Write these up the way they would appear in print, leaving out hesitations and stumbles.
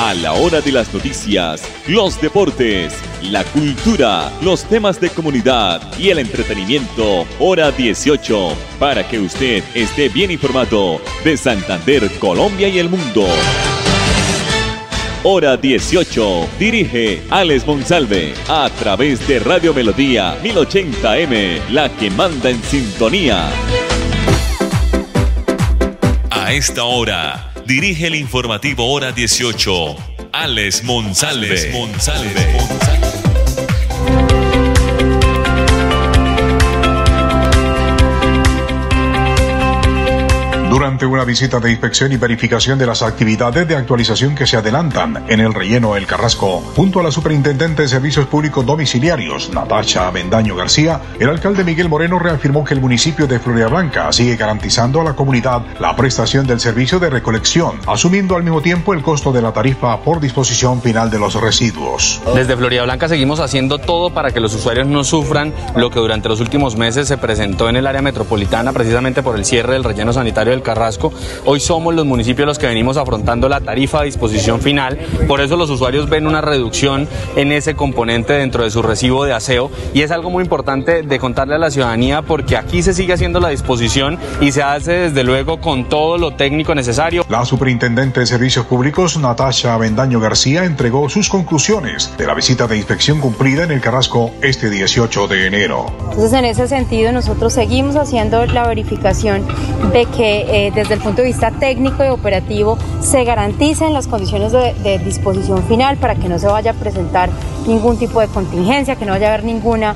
A la hora de las noticias, los deportes, la cultura, los temas de comunidad y el entretenimiento, hora 18, para que usted esté bien informado de Santander, Colombia y el mundo. Hora 18, dirige Alex Monsalve, a través de Radio Melodía 1080M, la que manda en sintonía. A esta hora, dirige el informativo Hora 18, Alex Monsalve. Durante una visita de inspección y verificación de las actividades de actualización que se adelantan en el relleno El Carrasco, junto a la Superintendente de Servicios Públicos Domiciliarios, Natacha Avendaño García, el alcalde Miguel Moreno reafirmó que el municipio de Floridablanca sigue garantizando a la comunidad la prestación del servicio de recolección, asumiendo al mismo tiempo el costo de la tarifa por disposición final de los residuos. Desde Floridablanca seguimos haciendo todo para que los usuarios no sufran lo que durante los últimos meses se presentó en el área metropolitana, precisamente por el cierre del relleno sanitario del Carrasco. Hoy somos los municipios los que venimos afrontando la tarifa a disposición final, por eso los usuarios ven una reducción en ese componente dentro de su recibo de aseo, y es algo muy importante de contarle a la ciudadanía, porque aquí se sigue haciendo la disposición y se hace desde luego con todo lo técnico necesario. La Superintendente de Servicios Públicos, Natacha Avendaño García, entregó sus conclusiones de la visita de inspección cumplida en El Carrasco este 18 de enero. Entonces, en ese sentido, nosotros seguimos haciendo la verificación de que desde el punto de vista técnico y operativo se garanticen las condiciones de disposición final para que no se vaya a presentar ningún tipo de contingencia, que no vaya a haber ninguna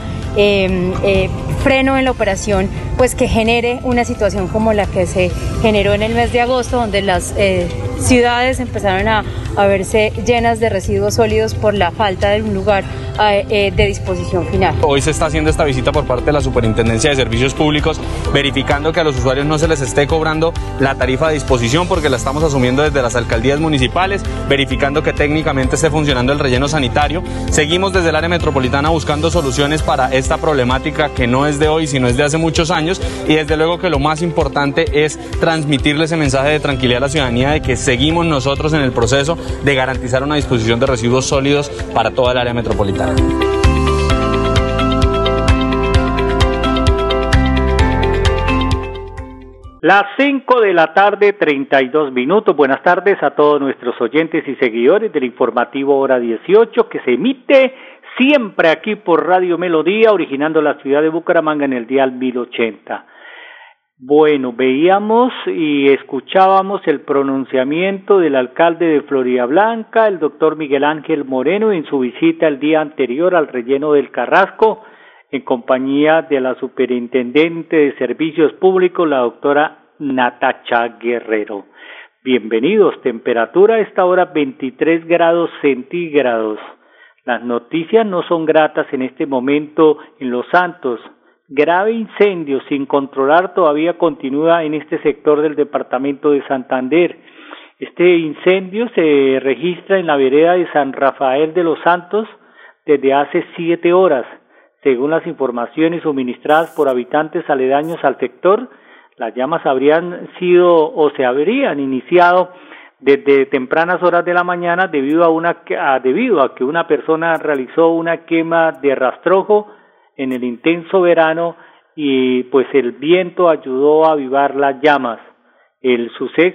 freno en la operación, pues que genere una situación como la que se generó en el mes de agosto, donde las ciudades empezaron a verse llenas de residuos sólidos por la falta de un lugar de disposición final. Hoy se está haciendo esta visita por parte de la Superintendencia de Servicios Públicos, verificando que a los usuarios no se les esté cobrando la tarifa de disposición, porque la estamos asumiendo desde las alcaldías municipales, verificando que técnicamente esté funcionando el relleno sanitario. Seguimos desde el área metropolitana buscando soluciones para esta problemática que no es de hoy, sino es de hace muchos años, y desde luego que lo más importante es transmitirle ese mensaje de tranquilidad a la ciudadanía de que seguimos nosotros en el proceso de garantizar una disposición de residuos sólidos para toda el área metropolitana. Las 5 de la tarde, 32 minutos. Buenas tardes a todos nuestros oyentes y seguidores del informativo Hora 18, que se emite siempre aquí por Radio Melodía, originando la ciudad de Bucaramanga en el dial 1080. Bueno, veíamos y escuchábamos el pronunciamiento del alcalde de Floridablanca, el doctor Miguel Ángel Moreno, en su visita el día anterior al relleno del Carrasco, en compañía de la Superintendente de Servicios Públicos, la doctora Natacha Guerrero. Bienvenidos, temperatura a esta hora 23 grados centígrados. Las noticias no son gratas en este momento en Los Santos. Grave incendio sin controlar todavía continúa en este sector del departamento de Santander. Este incendio se registra en la vereda de San Rafael de los Santos desde hace 7 horas. Según las informaciones suministradas por habitantes aledaños al sector, las llamas habrían sido o se habrían iniciado desde tempranas horas de la mañana debido a que una persona realizó una quema de rastrojo en el intenso verano, y pues el viento ayudó a avivar las llamas. El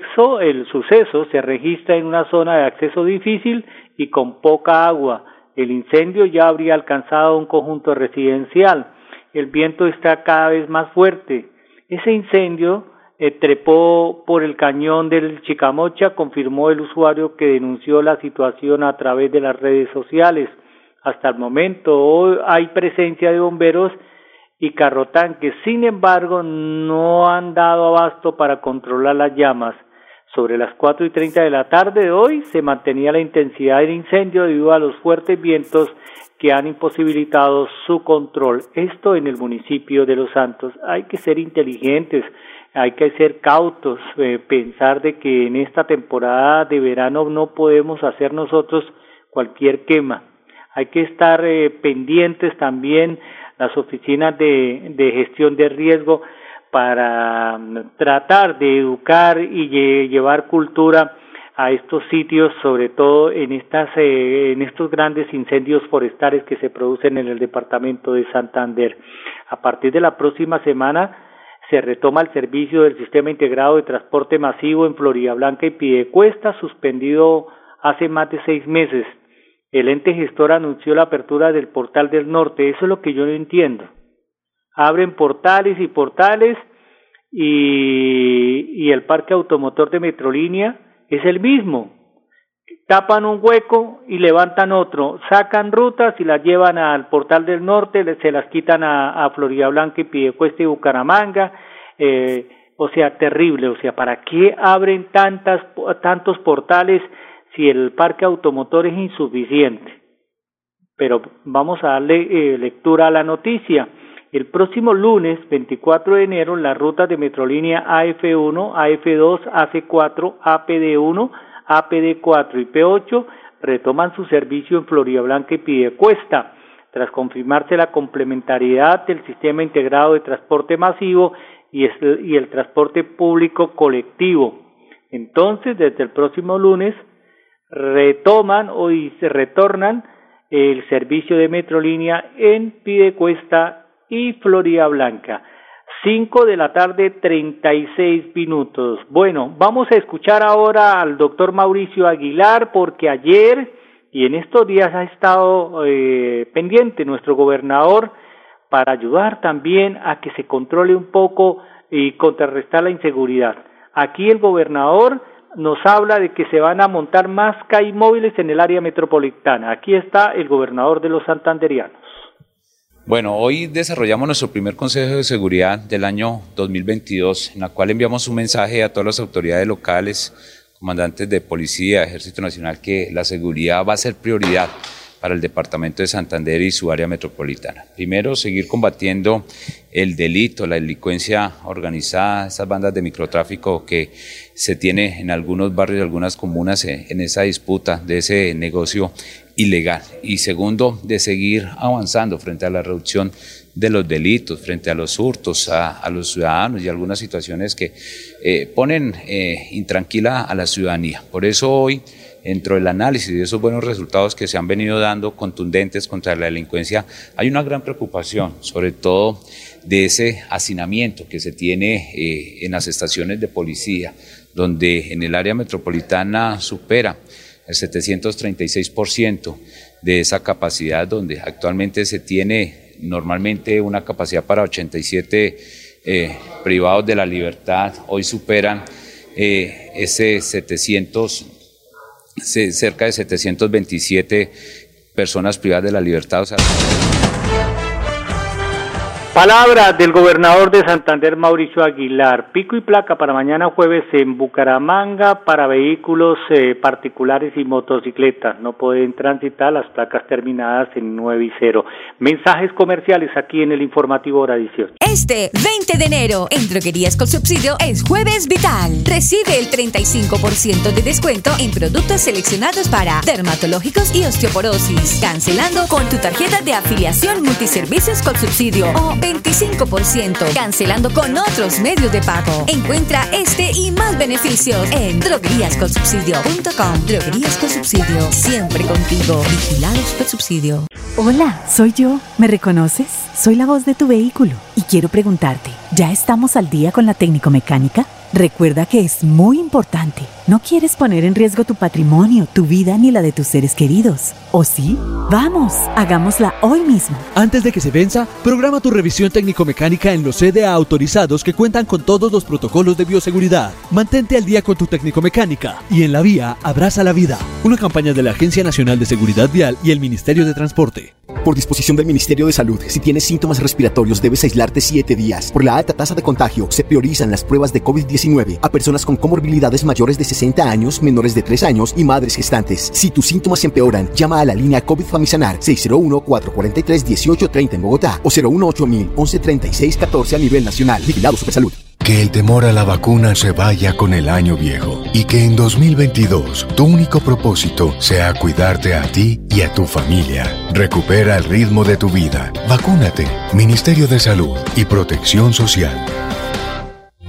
suceso se registra en una zona de acceso difícil y con poca agua. El incendio ya habría alcanzado un conjunto residencial. El viento está cada vez más fuerte. Ese incendio trepó por el cañón del Chicamocha, confirmó el usuario que denunció la situación a través de las redes sociales. Hasta el momento hoy hay presencia de bomberos y carrotanques, sin embargo no han dado abasto para controlar las llamas. Sobre las 4:30 de la tarde de hoy se mantenía la intensidad del incendio debido a los fuertes vientos que han imposibilitado su control. Esto en el municipio de Los Santos. Hay que ser inteligentes, hay que ser cautos, pensar de que en esta temporada de verano no podemos hacer nosotros cualquier quema. Hay que estar pendientes también las oficinas de gestión de riesgo para tratar de educar y llevar cultura a estos sitios, sobre todo en estos grandes incendios forestales que se producen en el departamento de Santander. A partir de la próxima semana se retoma el servicio del Sistema Integrado de Transporte Masivo en Floridablanca y Piedecuesta, suspendido hace más de 6 meses. El ente gestor anunció la apertura del Portal del Norte. Eso es lo que yo no entiendo. Abren portales y portales y el parque automotor de Metrolínea es el mismo. Tapan un hueco y levantan otro, sacan rutas y las llevan al Portal del Norte, se las quitan a Floridablanca y Piedecuesta y Bucaramanga, o sea, terrible. O sea, ¿para qué abren tantos portales si el parque automotor es insuficiente? Pero vamos a darle lectura a la noticia. El próximo lunes, 24 de enero, las rutas de Metrolínea AF1, AF2, AC4, APD1, APD4 y P8 retoman su servicio en Floridablanca y Piedecuesta, tras confirmarse la complementariedad del Sistema Integrado de Transporte Masivo y el transporte público colectivo. Entonces, desde el próximo lunes, se retornan el servicio de Metrolínea en Piedecuesta y Floridablanca. 5:36 p.m. Bueno, vamos a escuchar ahora al doctor Mauricio Aguilar, porque ayer y en estos días ha estado pendiente nuestro gobernador para ayudar también a que se controle un poco y contrarrestar la inseguridad. Aquí el gobernador nos habla de que se van a montar más CAI móviles en el área metropolitana. Aquí está el gobernador de los santanderianos. Bueno, hoy desarrollamos nuestro primer Consejo de Seguridad del año 2022, en la cual enviamos un mensaje a todas las autoridades locales, comandantes de policía, Ejército Nacional, que la seguridad va a ser prioridad para el departamento de Santander y su área metropolitana. Primero, seguir combatiendo el delito, la delincuencia organizada, esas bandas de microtráfico que se tiene en algunos barrios, algunas comunas, en esa disputa de ese negocio ilegal. Y segundo, de seguir avanzando frente a la reducción de los delitos, frente a los hurtos a los ciudadanos y algunas situaciones que ponen intranquila a la ciudadanía. Por eso hoy, dentro del análisis de esos buenos resultados que se han venido dando contundentes contra la delincuencia, hay una gran preocupación, sobre todo de ese hacinamiento que se tiene en las estaciones de policía, donde en el área metropolitana supera el 736% de esa capacidad, donde actualmente se tiene normalmente una capacidad para 87 privados de la libertad, hoy superan ese cerca de 727 personas privadas de la libertad. O sea, palabras del gobernador de Santander, Mauricio Aguilar. Pico y placa para mañana jueves en Bucaramanga para vehículos particulares y motocicletas. No pueden transitar las placas terminadas en 9 y 0. Mensajes comerciales aquí en el informativo hora 18. Este 20 de enero en Droguerías con Subsidio es Jueves Vital. Recibe el 35% de descuento en productos seleccionados para dermatológicos y osteoporosis, cancelando con tu tarjeta de afiliación Multiservicios con Subsidio o 25%, cancelando con otros medios de pago. Encuentra este y más beneficios en drogueríasconsubsidio.com. Droguerías con Subsidio, siempre contigo. Vigilados por Subsidio. Hola, soy yo. ¿Me reconoces? Soy la voz de tu vehículo y quiero preguntarte, ¿ya estamos al día con la técnico-mecánica? Recuerda que es muy importante. No quieres poner en riesgo tu patrimonio, tu vida ni la de tus seres queridos. ¿O sí? Vamos, hagámosla hoy mismo. Antes de que se venza, programa tu revisión técnico-mecánica en los CDA autorizados que cuentan con todos los protocolos de bioseguridad. Mantente al día con tu técnico-mecánica y en la vía abraza la vida. Una campaña de la Agencia Nacional de Seguridad Vial y el Ministerio de Transporte. Por disposición del Ministerio de Salud, si tienes síntomas respiratorios debes aislarte 7 días. Por la alta tasa de contagio, se priorizan las pruebas de COVID-19 a personas con comorbilidades mayores de 60 años, menores de 3 años y madres gestantes. Si tus síntomas empeoran, llama a la línea COVID Famisanar 601-443-1830 en Bogotá o 018-1136-14 a nivel nacional. Vigilado Supersalud. Que el temor a la vacuna se vaya con el año viejo y que en 2022 tu único propósito sea cuidarte a ti y a tu familia. Recupera el ritmo de tu vida. Vacúnate. Ministerio de Salud y Protección Social.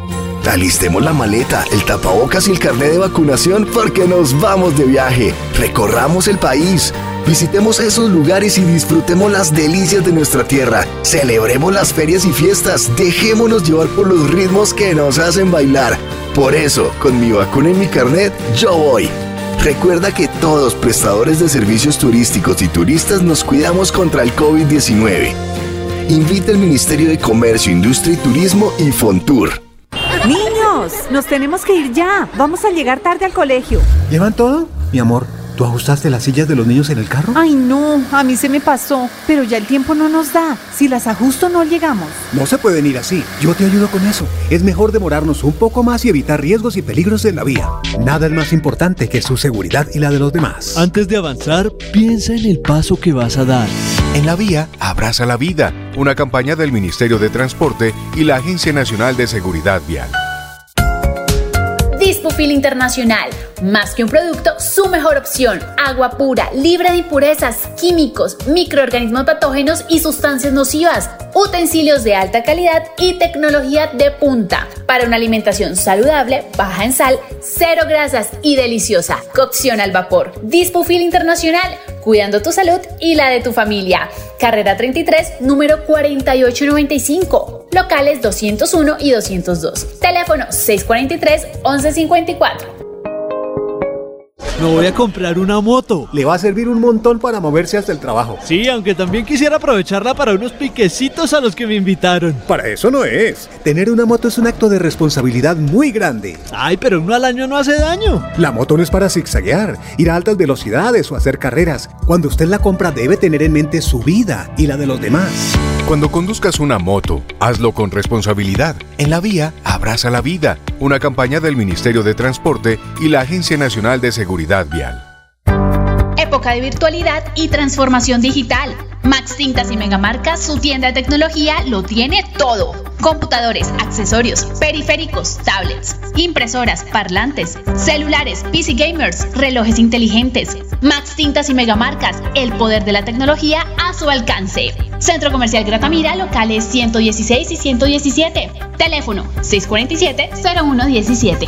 Alistemos la maleta, el tapabocas y el carnet de vacunación porque nos vamos de viaje. Recorramos el país. Visitemos esos lugares y disfrutemos las delicias de nuestra tierra. Celebremos las ferias y fiestas. Dejémonos llevar por los ritmos que nos hacen bailar. Por eso, con mi vacuna y mi carnet, yo voy. Recuerda que todos prestadores de servicios turísticos y turistas nos cuidamos contra el COVID-19. Invita al Ministerio de Comercio, Industria y Turismo y Fontur. Niños, nos tenemos que ir ya. Vamos a llegar tarde al colegio. ¿Llevan todo? Mi amor, ¿tú ajustaste las sillas de los niños en el carro? Ay, no, a mí se me pasó. Pero ya el tiempo no nos da. Si las ajusto no llegamos. No se pueden ir así. Yo te ayudo con eso. Es mejor demorarnos un poco más y evitar riesgos y peligros en la vía. Nada es más importante que su seguridad y la de los demás. Antes de avanzar, piensa en el paso que vas a dar. En la vía, abraza la vida. Una campaña del Ministerio de Transporte y la Agencia Nacional de Seguridad Vial. Dispofil Internacional, más que un producto, su mejor opción. Agua pura, libre de impurezas, químicos, microorganismos patógenos y sustancias nocivas. Utensilios de alta calidad y tecnología de punta. Para una alimentación saludable, baja en sal, cero grasas y deliciosa. Cocción al vapor. Dispofil Internacional, cuidando tu salud y la de tu familia. Carrera 33, número 4895. Locales 201 y 202. Teléfono 643-1154. Me voy a comprar una moto. Le va a servir un montón para moverse hasta el trabajo. Sí, aunque también quisiera aprovecharla para unos piquecitos a los que me invitaron. Para eso no es. Tener una moto es un acto de responsabilidad muy grande. Ay, pero uno al año no hace daño. La moto no es para zigzaguear, ir a altas velocidades o hacer carreras. Cuando usted la compra debe tener en mente su vida y la de los demás. Cuando conduzcas una moto, hazlo con responsabilidad. En la vía, abraza la vida. Una campaña del Ministerio de Transporte y la Agencia Nacional de Seguridad Vial. Época de virtualidad y transformación digital. Max Tintas y Megamarcas, su tienda de tecnología, lo tiene todo. Computadores, accesorios, periféricos, tablets, impresoras, parlantes, celulares, PC gamers, relojes inteligentes. Max Tintas y Megamarcas, el poder de la tecnología a su alcance. Centro Comercial Gratamira, locales 116 y 117. Teléfono 647-0117.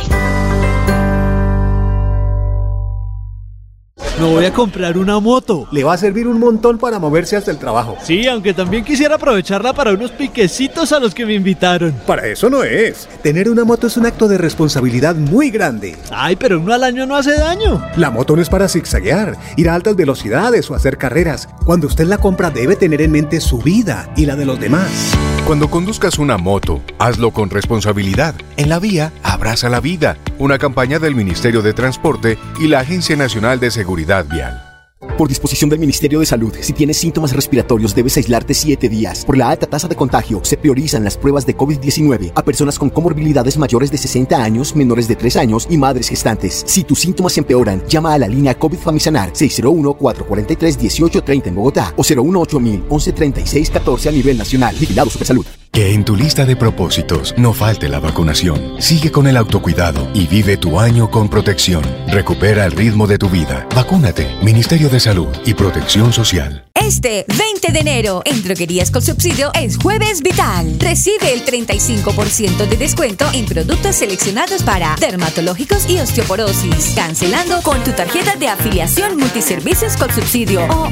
Me voy a comprar una moto. Le va a servir un montón para moverse hasta el trabajo. Sí, aunque también quisiera aprovecharla para unos piquecitos a los que me invitaron. Para eso no es. Tener una moto es un acto de responsabilidad muy grande. Ay, pero uno al año no hace daño. La moto no es para zigzaguear, ir a altas velocidades o hacer carreras. Cuando usted la compra debe tener en mente su vida y la de los demás. Cuando conduzcas una moto, hazlo con responsabilidad. En la vía, abraza la vida. Una campaña del Ministerio de Transporte y la Agencia Nacional de Seguridad Vial. Por disposición del Ministerio de Salud, si tienes síntomas respiratorios debes aislarte 7 días. Por la alta tasa de contagio, se priorizan las pruebas de COVID-19 a personas con comorbilidades mayores de 60 años, menores de 3 años y madres gestantes. Si tus síntomas empeoran, llama a la línea COVID Famisanar 601-443-1830 en Bogotá o 018-1136-14 a nivel nacional. Vigilado Supersalud. Que en tu lista de propósitos no falte la vacunación. Sigue con el autocuidado y vive tu año con protección. Recupera el ritmo de tu vida. Vacúnate. Ministerio de Salud y Protección Social. Este 20 de enero en Droguerías con Subsidio es Jueves Vital. Recibe el 35% de descuento en productos seleccionados para dermatológicos y osteoporosis. Cancelando con tu tarjeta de afiliación Multiservicios con Subsidio o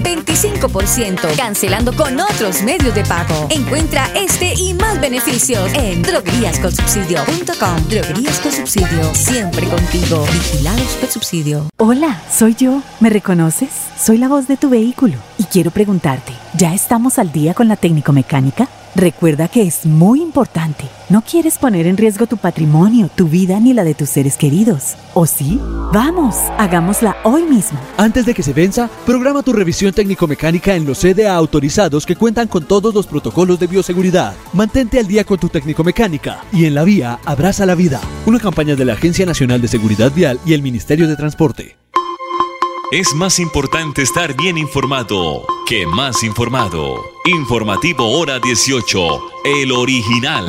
25% cancelando con otros medios de pago. Encuentra este y más beneficios en drogueríasconsubsidio.com. Droguerías con Subsidio, siempre contigo. Vigilado Supersubsidio. Hola, soy yo. ¿Me reconoces? Soy la voz de tu vehículo y quiero preguntarte, ¿ya estamos al día con la técnico-mecánica? Recuerda que es muy importante. No quieres poner en riesgo tu patrimonio, tu vida ni la de tus seres queridos. ¿O sí? Vamos, hagámosla hoy mismo. Antes de que se venza, programa tu revisión técnico-mecánica en los CDA autorizados que cuentan con todos los protocolos de bioseguridad. Mantente al día con tu técnico-mecánica y en la vía, abraza la vida. Una campaña de la Agencia Nacional de Seguridad Vial y el Ministerio de Transporte. Es más importante estar bien informado que más informado. Informativo Hora 18, el original.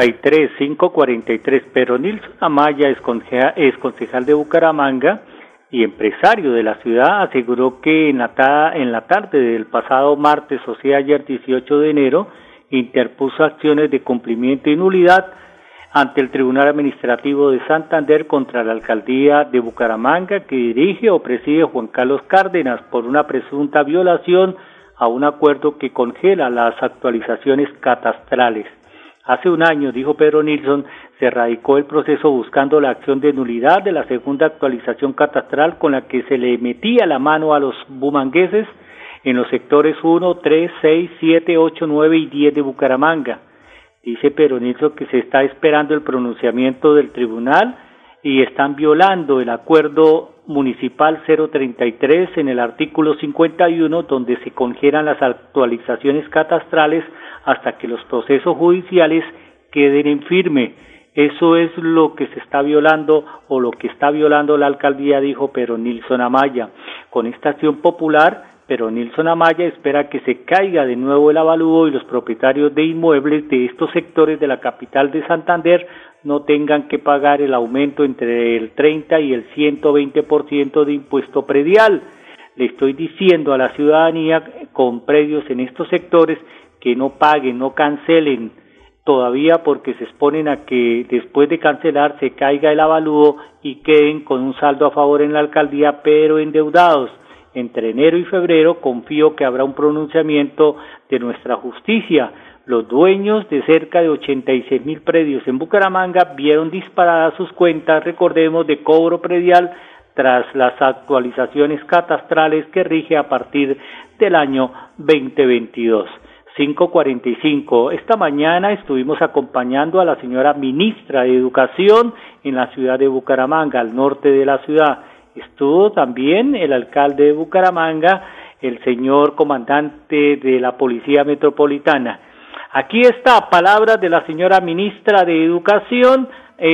5:43, pero Nilson Amaya es concejal de Bucaramanga y empresario de la ciudad, aseguró que en la tarde del pasado martes, o sea ayer 18 de enero, interpuso acciones de cumplimiento y nulidad ante el Tribunal Administrativo de Santander contra la Alcaldía de Bucaramanga, que dirige o preside Juan Carlos Cárdenas, por una presunta violación a un acuerdo que congela las actualizaciones catastrales. Hace un año, dijo Pedro Nilsson, se radicó el proceso buscando la acción de nulidad de la segunda actualización catastral con la que se le metía la mano a los bumangueses en los sectores 1, 3, 6, 7, 8, 9 y 10 de Bucaramanga. Dice Pedro Nilsson que se está esperando el pronunciamiento del tribunal y están violando el acuerdo municipal 033 en el artículo 51, donde se congelan las actualizaciones catastrales hasta que los procesos judiciales queden en firme. Eso es lo que se está violando o lo que está violando la alcaldía, dijo Pedro Nilsson Amaya. Con esta acción popular, Pedro Nilsson Amaya espera que se caiga de nuevo el avalúo y los propietarios de inmuebles de estos sectores de la capital de Santander no tengan que pagar el aumento entre el 30 y el 120% de impuesto predial. Le estoy diciendo a la ciudadanía con predios en estos sectores que no paguen, no cancelen todavía, porque se exponen a que después de cancelar se caiga el avalúo y queden con un saldo a favor en la alcaldía, pero endeudados. Entre enero y febrero confío que habrá un pronunciamiento de nuestra justicia. Los dueños de cerca de 86,000 predios en Bucaramanga vieron disparadas sus cuentas, recordemos, de cobro predial tras las actualizaciones catastrales que rige a partir del año 2022. 5:45. Esta mañana estuvimos acompañando a la señora ministra de Educación en la ciudad de Bucaramanga, al norte de la ciudad. Estuvo también el alcalde de Bucaramanga, el señor comandante de la Policía Metropolitana. Aquí está, palabras de la señora ministra de Educación,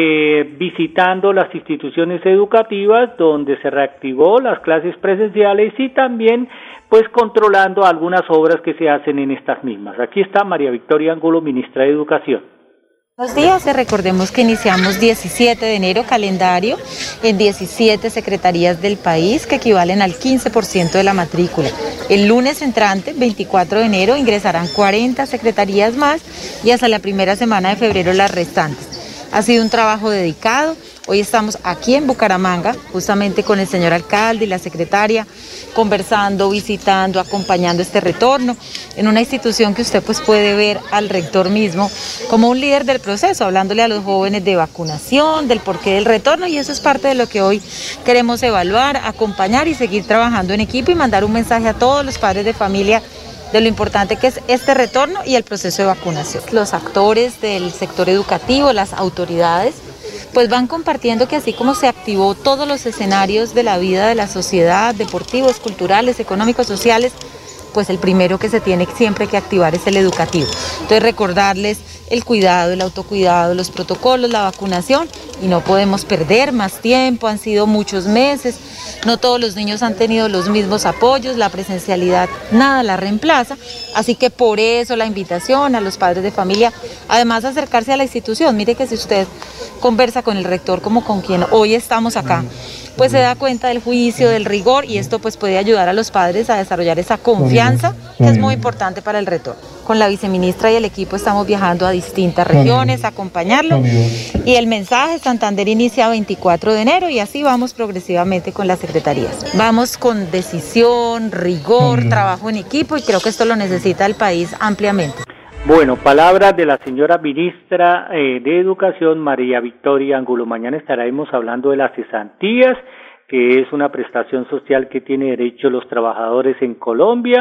visitando las instituciones educativas donde se reactivó las clases presenciales y también pues controlando algunas obras que se hacen en estas mismas. Aquí está María Victoria Angulo, ministra de Educación. Buenos días, recordemos que iniciamos 17 de enero calendario en 17 secretarías del país que equivalen al 15% de la matrícula. El lunes entrante, 24 de enero, ingresarán 40 secretarías más y hasta la primera semana de febrero las restantes. Ha sido un trabajo dedicado. Hoy estamos aquí en Bucaramanga, justamente con el señor alcalde y la secretaria, conversando, visitando, acompañando este retorno, en una institución que usted pues puede ver al rector mismo como un líder del proceso, hablándole a los jóvenes de vacunación, del porqué del retorno, y eso es parte de lo que hoy queremos evaluar, acompañar y seguir trabajando en equipo y mandar un mensaje a todos los padres de familia de lo importante que es este retorno y el proceso de vacunación. Los actores del sector educativo, las autoridades, pues van compartiendo que así como se activó todos los escenarios de la vida de la sociedad, deportivos, culturales, económicos, sociales, pues el primero que se tiene siempre que activar es el educativo. Entonces recordarles el cuidado, el autocuidado, los protocolos, la vacunación, y no podemos perder más tiempo, han sido muchos meses, no todos los niños han tenido los mismos apoyos, la presencialidad nada la reemplaza, así que por eso la invitación a los padres de familia, además acercarse a la institución. Mire que si usted conversa con el rector como con quien hoy estamos acá, pues se da cuenta del juicio, del rigor, y esto pues puede ayudar a los padres a desarrollar esa confianza que es muy importante para el retorno. Con la viceministra y el equipo estamos viajando a distintas regiones a acompañarlo, y el mensaje: Santander inicia 24 de enero y así vamos progresivamente con las secretarías. Vamos con decisión, rigor, trabajo en equipo, y creo que esto lo necesita el país ampliamente. Bueno, palabras de la señora ministra de Educación, María Victoria Angulo. Mañana estaremos hablando de las cesantías, que es una prestación social que tiene derecho los trabajadores en Colombia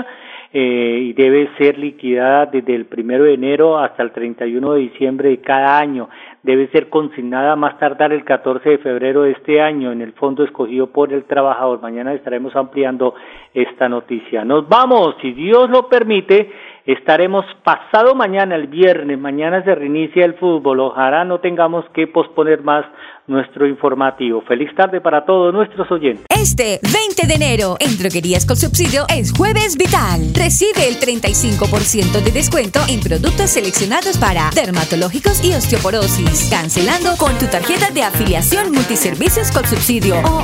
y debe ser liquidada desde el 1 de enero hasta el 31 de diciembre de cada año. Debe ser consignada más tardar el 14 de febrero de este año en el fondo escogido por el trabajador. Mañana estaremos ampliando esta noticia. Nos vamos, si Dios lo permite. Estaremos pasado mañana, el viernes. Mañana se reinicia el fútbol. Ojalá no tengamos que posponer más nuestro informativo. Feliz tarde para todos nuestros oyentes. Este 20 de enero en Droguerías con Subsidio es Jueves Vital. Recibe el 35% de descuento en productos seleccionados para dermatológicos y osteoporosis, cancelando con tu tarjeta de afiliación Multiservicios con Subsidio o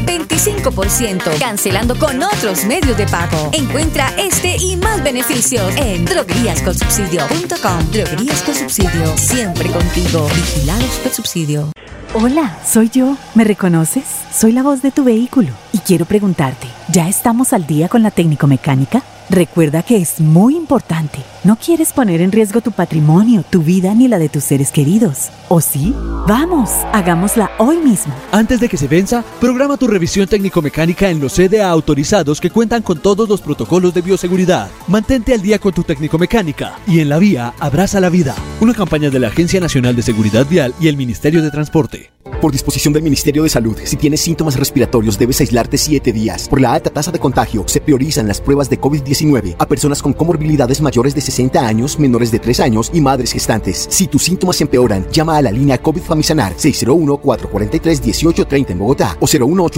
25% cancelando con otros medios de pago. Encuentra este y más beneficios en drogueríasconsubsidio.com. Droguerías con Subsidio, siempre contigo. Vigilados por Subsidio. Hola, soy yo. ¿Me reconoces? Soy la voz de tu vehículo y quiero preguntarte, ¿ya estamos al día con la técnico-mecánica? Recuerda que es muy importante. No quieres poner en riesgo tu patrimonio, tu vida ni la de tus seres queridos. ¿O sí? Vamos, hagámosla hoy mismo. Antes de que se venza, programa tu revisión técnico-mecánica en los CDA autorizados que cuentan con todos los protocolos de bioseguridad. Mantente al día con tu técnico-mecánica y en la vía abraza la vida. Una campaña de la Agencia Nacional de Seguridad Vial y el Ministerio de Transporte. Por disposición del Ministerio de Salud, si tienes síntomas respiratorios debes aislarte 7 días. Por la alta tasa de contagio, se priorizan las pruebas de COVID-19 a personas con comorbilidades mayores de 60 años, menores de 3 años y madres gestantes. Si tus síntomas empeoran, llama a la línea COVID Famisanar 601-443-1830 en Bogotá o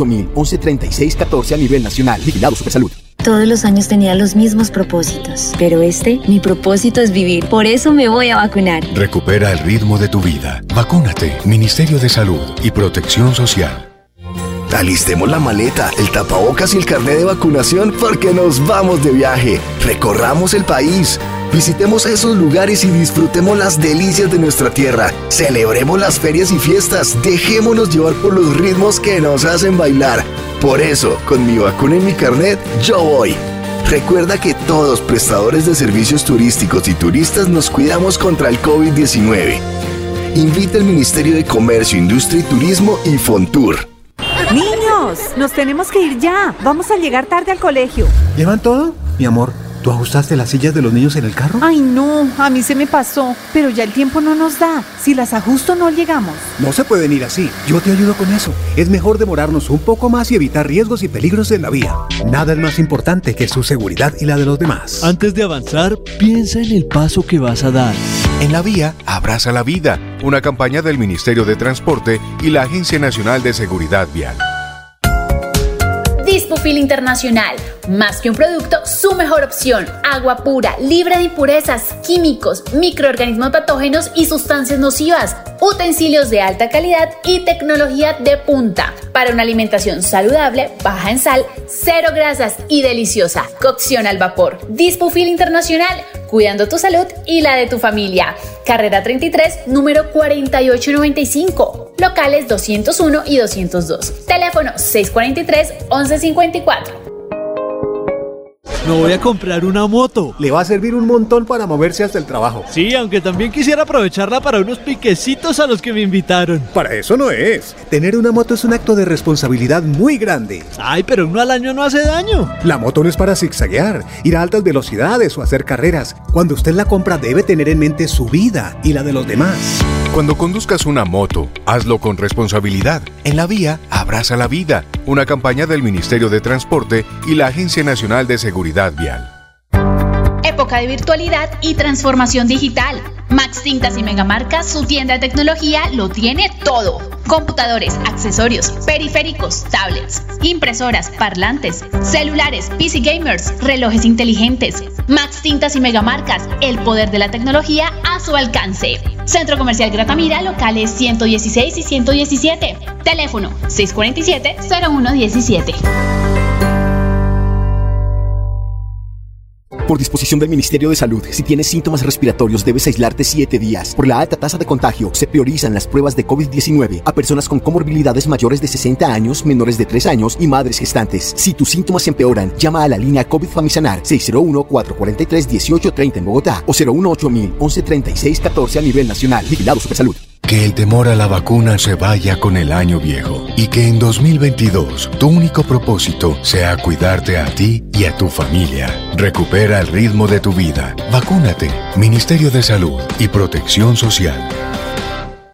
018-1136-14 a nivel nacional. Vigilado Supersalud. Todos los años tenía los mismos propósitos, pero mi propósito es vivir. Por eso me voy a vacunar. Recupera el ritmo de tu vida. Vacúnate. Ministerio de Salud y Protección Social. Alistemos la maleta, el tapabocas y el carnet de vacunación porque nos vamos de viaje. Recorramos el país. Visitemos esos lugares y disfrutemos las delicias de nuestra tierra. Celebremos las ferias y fiestas. Dejémonos llevar por los ritmos que nos hacen bailar. Por eso, con mi vacuna y mi carnet, yo voy. Recuerda que todos prestadores de servicios turísticos y turistas nos cuidamos contra el COVID-19. Invita al Ministerio de Comercio, Industria y Turismo y Fontur. Niños, nos tenemos que ir ya. Vamos a llegar tarde al colegio. ¿Llevan todo? Mi amor, ¿tú ajustaste las sillas de los niños en el carro? Ay, no, a mí se me pasó. Pero ya el tiempo no nos da. Si las ajusto no llegamos. No se pueden ir así. Yo te ayudo con eso. Es mejor demorarnos un poco más y evitar riesgos y peligros en la vía. Nada es más importante que su seguridad y la de los demás. Antes de avanzar, piensa en el paso que vas a dar. En la vía, abraza la vida. Una campaña del Ministerio de Transporte y la Agencia Nacional de Seguridad Vial. Dispufil Internacional, más que un producto, su mejor opción. Agua pura, libre de impurezas, químicos, microorganismos patógenos y sustancias nocivas. Utensilios de alta calidad y tecnología de punta. Para una alimentación saludable, baja en sal, cero grasas y deliciosa. Cocción al vapor. Dispufil Internacional, cuidando tu salud y la de tu familia. Carrera 33, número 4895. Locales 201 y 202. Teléfono 643-1154. Me voy a comprar una moto. Le va a servir un montón para moverse hasta el trabajo. Sí, aunque también quisiera aprovecharla para unos piquecitos a los que me invitaron. Para eso no es. Tener una moto es un acto de responsabilidad muy grande. Ay, pero uno al año no hace daño. La moto no es para zigzaguear, ir a altas velocidades o hacer carreras. Cuando usted la compra debe tener en mente su vida y la de los demás. Cuando conduzcas una moto, hazlo con responsabilidad. En la vía, abraza la vida. Una campaña del Ministerio de Transporte y la Agencia Nacional de Seguridad Vial. Época de virtualidad y transformación digital. Max Tintas y Megamarcas, su tienda de tecnología, lo tiene todo. Computadores, accesorios, periféricos, tablets, impresoras, parlantes, celulares, PC gamers, relojes inteligentes. Max Tintas y Megamarcas, el poder de la tecnología a su alcance. Centro Comercial Gratamira, locales 116 y 117. Teléfono 647-0117. Por disposición del Ministerio de Salud, si tienes síntomas respiratorios debes aislarte 7 días. Por la alta tasa de contagio, se priorizan las pruebas de COVID-19 a personas con comorbilidades mayores de 60 años, menores de 3 años y madres gestantes. Si tus síntomas empeoran, llama a la línea COVID Famisanar 601-443-1830 en Bogotá o 018-1136-14 a nivel nacional. Vigilado Supersalud. Que el temor a la vacuna se vaya con el año viejo y que en 2022 tu único propósito sea cuidarte a ti y a tu familia. Recupera el ritmo de tu vida. Vacúnate. Ministerio de Salud y Protección Social.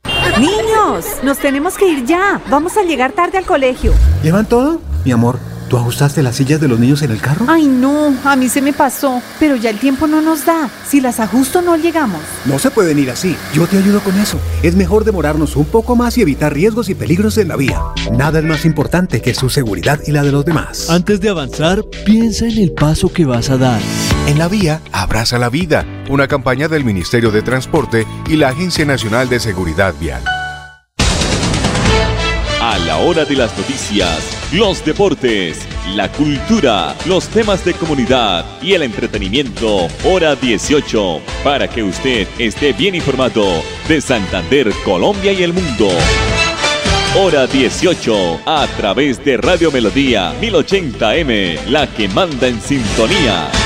Niños, nos tenemos que ir ya. Vamos a llegar tarde al colegio. ¿Llevan todo? Mi amor, ¿tú ajustaste las sillas de los niños en el carro? Ay, no, a mí se me pasó, pero ya el tiempo no nos da. Si las ajusto no llegamos. No se pueden ir así, yo te ayudo con eso. Es mejor demorarnos un poco más y evitar riesgos y peligros en la vía. Nada es más importante que su seguridad y la de los demás. Antes de avanzar, piensa en el paso que vas a dar. En la vía, abraza la vida. Una campaña del Ministerio de Transporte y la Agencia Nacional de Seguridad Vial. A la hora de las noticias, los deportes, la cultura, los temas de comunidad y el entretenimiento, hora 18, para que usted esté bien informado de Santander, Colombia y el mundo. Hora 18, a través de Radio Melodía 1080M, la que manda en sintonía.